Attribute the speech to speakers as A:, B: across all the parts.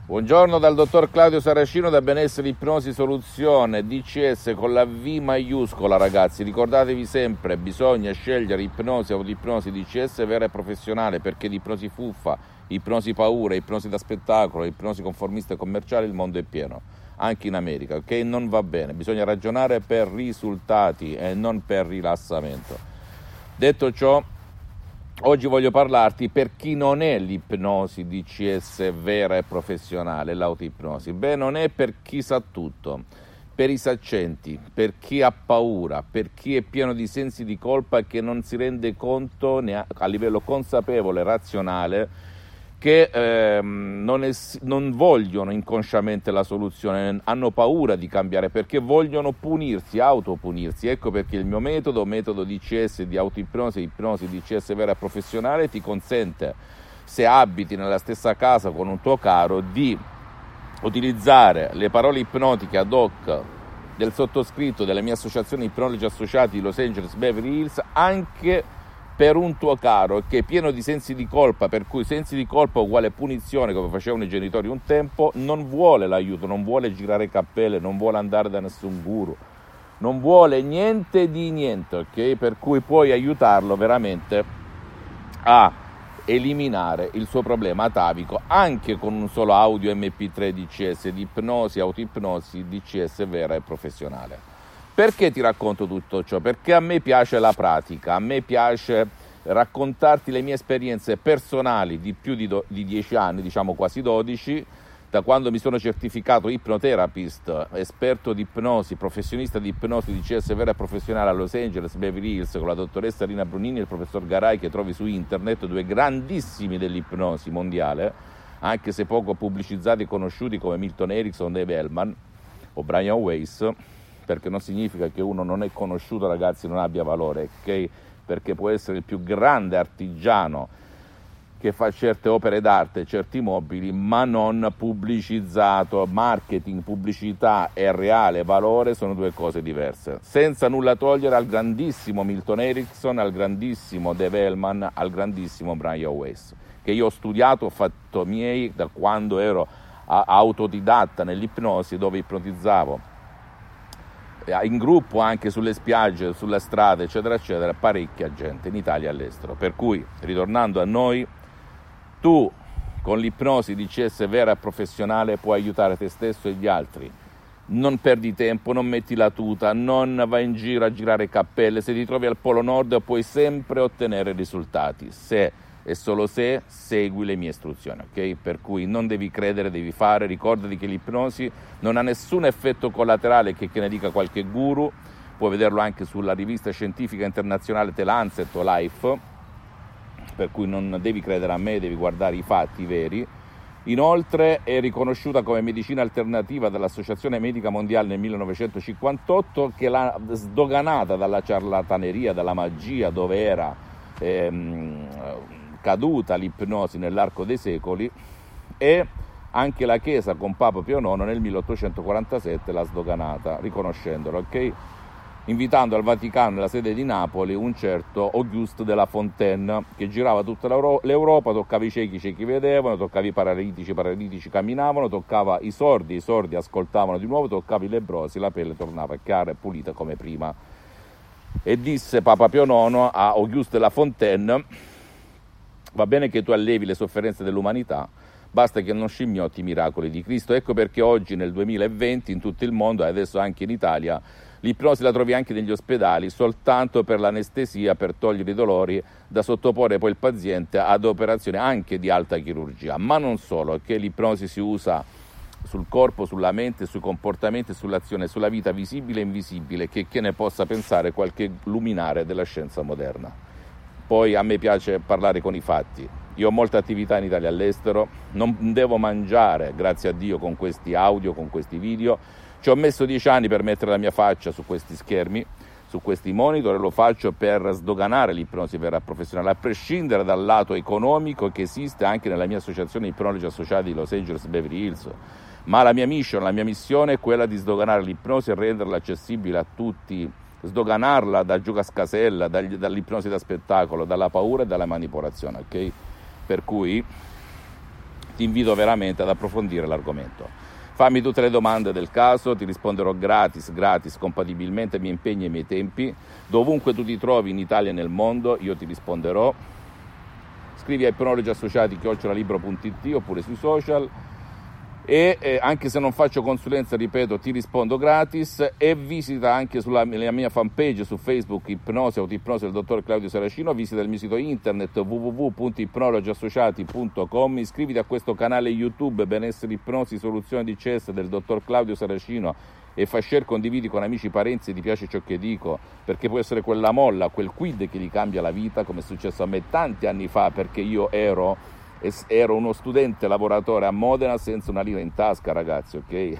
A: Buongiorno dal dottor Claudio Saracino da Benessere Ipnosi Soluzione, DCS con la V maiuscola, ragazzi. Ricordatevi sempre, bisogna scegliere ipnosi, autoipnosi, DCS vera e professionale, perché di ipnosi fuffa, ipnosi paura, ipnosi da spettacolo, ipnosi conformista e commerciale il mondo è pieno, anche in America, ok? Non va bene, bisogna ragionare per risultati e non per rilassamento. Detto ciò, oggi voglio parlarti per chi non è l'ipnosi DCS vera e professionale, l'autoipnosi. Beh, non è per chi sa tutto, per i saccenti, per chi ha paura, per chi è pieno di sensi di colpa e che non si rende conto a livello consapevole, razionale, che non vogliono inconsciamente la soluzione, hanno paura di cambiare perché vogliono punirsi, autopunirsi. Ecco perché il mio metodo DCS di autoipnosi, ipnosi DCS vera e professionale, ti consente, se abiti nella stessa casa con un tuo caro, di utilizzare le parole ipnotiche ad hoc del sottoscritto delle mie associazioni ipnologi associati di Los Angeles Beverly Hills anche per un tuo caro che è pieno di sensi di colpa, per cui sensi di colpa uguale punizione, come facevano i genitori un tempo, non vuole l'aiuto, non vuole girare cappelle, non vuole andare da nessun guru, non vuole niente di niente, ok? Per cui puoi aiutarlo veramente a eliminare il suo problema atavico anche con un solo audio MP3 DCS di ipnosi, autoipnosi, DCS vera e professionale. Perché ti racconto tutto ciò? Perché a me piace la pratica, a me piace raccontarti le mie esperienze personali di più di 10 anni, diciamo quasi 12, da quando mi sono certificato ipnoterapist, esperto di ipnosi, professionista di ipnosi DCS vera e professionale a Los Angeles, Beverly Hills, con la dottoressa Rina Brunini e il professor Garay, che trovi su internet, due grandissimi dell'ipnosi mondiale, anche se poco pubblicizzati e conosciuti, come Milton Erickson, Dave Hellman o Brian Weiss, perché non significa che uno non è conosciuto, ragazzi, non abbia valore, ok? Perché può essere il più grande artigiano che fa certe opere d'arte, certi mobili, ma non pubblicizzato. Marketing, pubblicità e reale valore sono due cose diverse. Senza nulla togliere al grandissimo Milton Erickson, al grandissimo Dave Hellman, al grandissimo Brian Weiss, che io ho studiato, ho fatto miei da quando ero autodidatta nell'ipnosi, dove ipnotizzavo in gruppo anche sulle spiagge, sulle strade, eccetera, eccetera, parecchia gente in Italia e all'estero. Per cui, ritornando a noi, tu con l'ipnosi DCS vera e professionale puoi aiutare te stesso e gli altri. Non perdi tempo, non metti la tuta, non vai in giro a girare cappelle. Se ti trovi al Polo Nord puoi sempre ottenere risultati, se e solo se segui le mie istruzioni, ok? Per cui non devi credere, devi fare. Ricordati che l'ipnosi non ha nessun effetto collaterale che ne dica qualche guru. Puoi vederlo anche sulla rivista scientifica internazionale The Lancet o Life, per cui non devi credere a me, devi guardare i fatti veri. Inoltre è riconosciuta come medicina alternativa dall'Associazione Medica Mondiale nel 1958, che l'ha sdoganata dalla ciarlataneria, dalla magia, dove era caduta l'ipnosi nell'arco dei secoli, e anche la Chiesa con Papa Pio IX nel 1847 l'ha sdoganata, riconoscendolo, ok? Invitando al Vaticano, nella sede di Napoli, un certo Auguste de la Fontaine, che girava tutta l'Europa, toccava i ciechi vedevano, toccava i paralitici camminavano, toccava i sordi ascoltavano di nuovo, toccava i lebbrosi, la pelle tornava chiara e pulita come prima. E disse Papa Pio IX a Auguste de la Fontaine: va bene che tu allevi le sofferenze dell'umanità, basta che non scimmiotti i miracoli di Cristo. Ecco perché oggi, nel 2020, in tutto il mondo e adesso anche in Italia, l'ipnosi la trovi anche negli ospedali, soltanto per l'anestesia, per togliere i dolori, da sottoporre poi il paziente ad operazioni anche di alta chirurgia. Ma non solo, che l'ipnosi si usa sul corpo, sulla mente, sui comportamenti, sull'azione, sulla vita visibile e invisibile, che ne possa pensare qualche luminare della scienza moderna. Poi a me piace parlare con i fatti. Io ho molte attività in Italia e all'estero, non devo mangiare, grazie a Dio, con questi audio, con questi video. Ci ho messo 10 anni per mettere la mia faccia su questi schermi, su questi monitor, e lo faccio per sdoganare l'ipnosi vera professionale, a prescindere dal lato economico che esiste anche nella mia associazione ipnologi associati di Los Angeles Beverly Hills. Ma la mia mission, la mia missione è quella di sdoganare l'ipnosi e renderla accessibile a tutti, sdoganarla da gioco a scasella, dall'ipnosi da spettacolo, dalla paura e dalla manipolazione, ok? Per cui ti invito veramente ad approfondire l'argomento. Fammi tutte le domande del caso, ti risponderò gratis, compatibilmente ai miei impegni e ai miei tempi. Dovunque tu ti trovi in Italia e nel mondo, io ti risponderò. Scrivi a ipnologiassociati@libro.it oppure sui social. E anche se non faccio consulenza, ripeto, ti rispondo gratis. E visita anche sulla mia fanpage su Facebook Ipnosi Autoipnosi del dottor Claudio Saracino, visita il mio sito internet www.ipnologiassociati.com, iscriviti a questo canale YouTube Benessere Ipnosi Soluzione DCS del dottor Claudio Saracino e fai share, condividi con amici, parenti se ti piace ciò che dico, perché può essere quella molla, quel quid che gli cambia la vita, come è successo a me tanti anni fa, perché io ero uno studente lavoratore a Modena senza una lira in tasca, ragazzi, ok?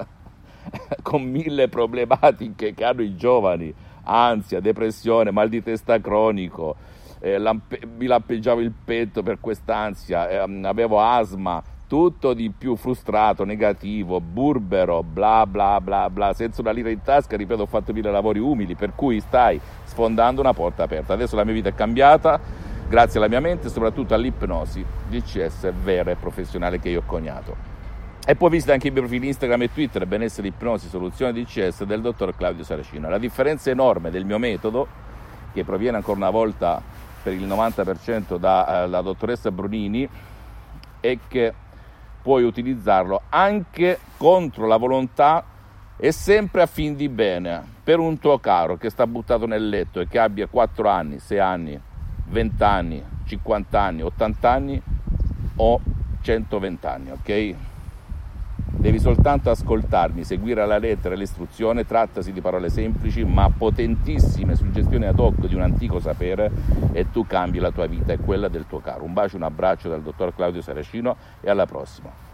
A: Con 1000 problematiche che hanno i giovani, ansia, depressione, mal di testa cronico, mi lampeggiavo il petto per quest'ansia, avevo asma, tutto di più, frustrato, negativo, burbero, bla bla bla bla, senza una lira in tasca, ripeto, ho fatto 1000 lavori umili, per cui stai sfondando una porta aperta. Adesso la mia vita è cambiata, grazie alla mia mente e soprattutto all'ipnosi DCS vera e professionale che io ho coniato. E poi visita anche i miei profili Instagram e Twitter, Benessere Ipnosi Soluzione DCS del dottor Claudio Saracino. La differenza enorme del mio metodo, che proviene ancora una volta per il 90% dalla dottoressa Brunini, è che puoi utilizzarlo anche contro la volontà e sempre a fin di bene, per un tuo caro che sta buttato nel letto e che abbia 4 anni, 6 anni, 20 anni, 50 anni, 80 anni o 120 anni, ok? Devi soltanto ascoltarmi, seguire alla lettera l'istruzione, trattasi di parole semplici ma potentissime, suggestioni ad hoc di un antico sapere, e tu cambi la tua vita e quella del tuo caro. Un bacio, un abbraccio dal dottor Claudio Saracino e alla prossima.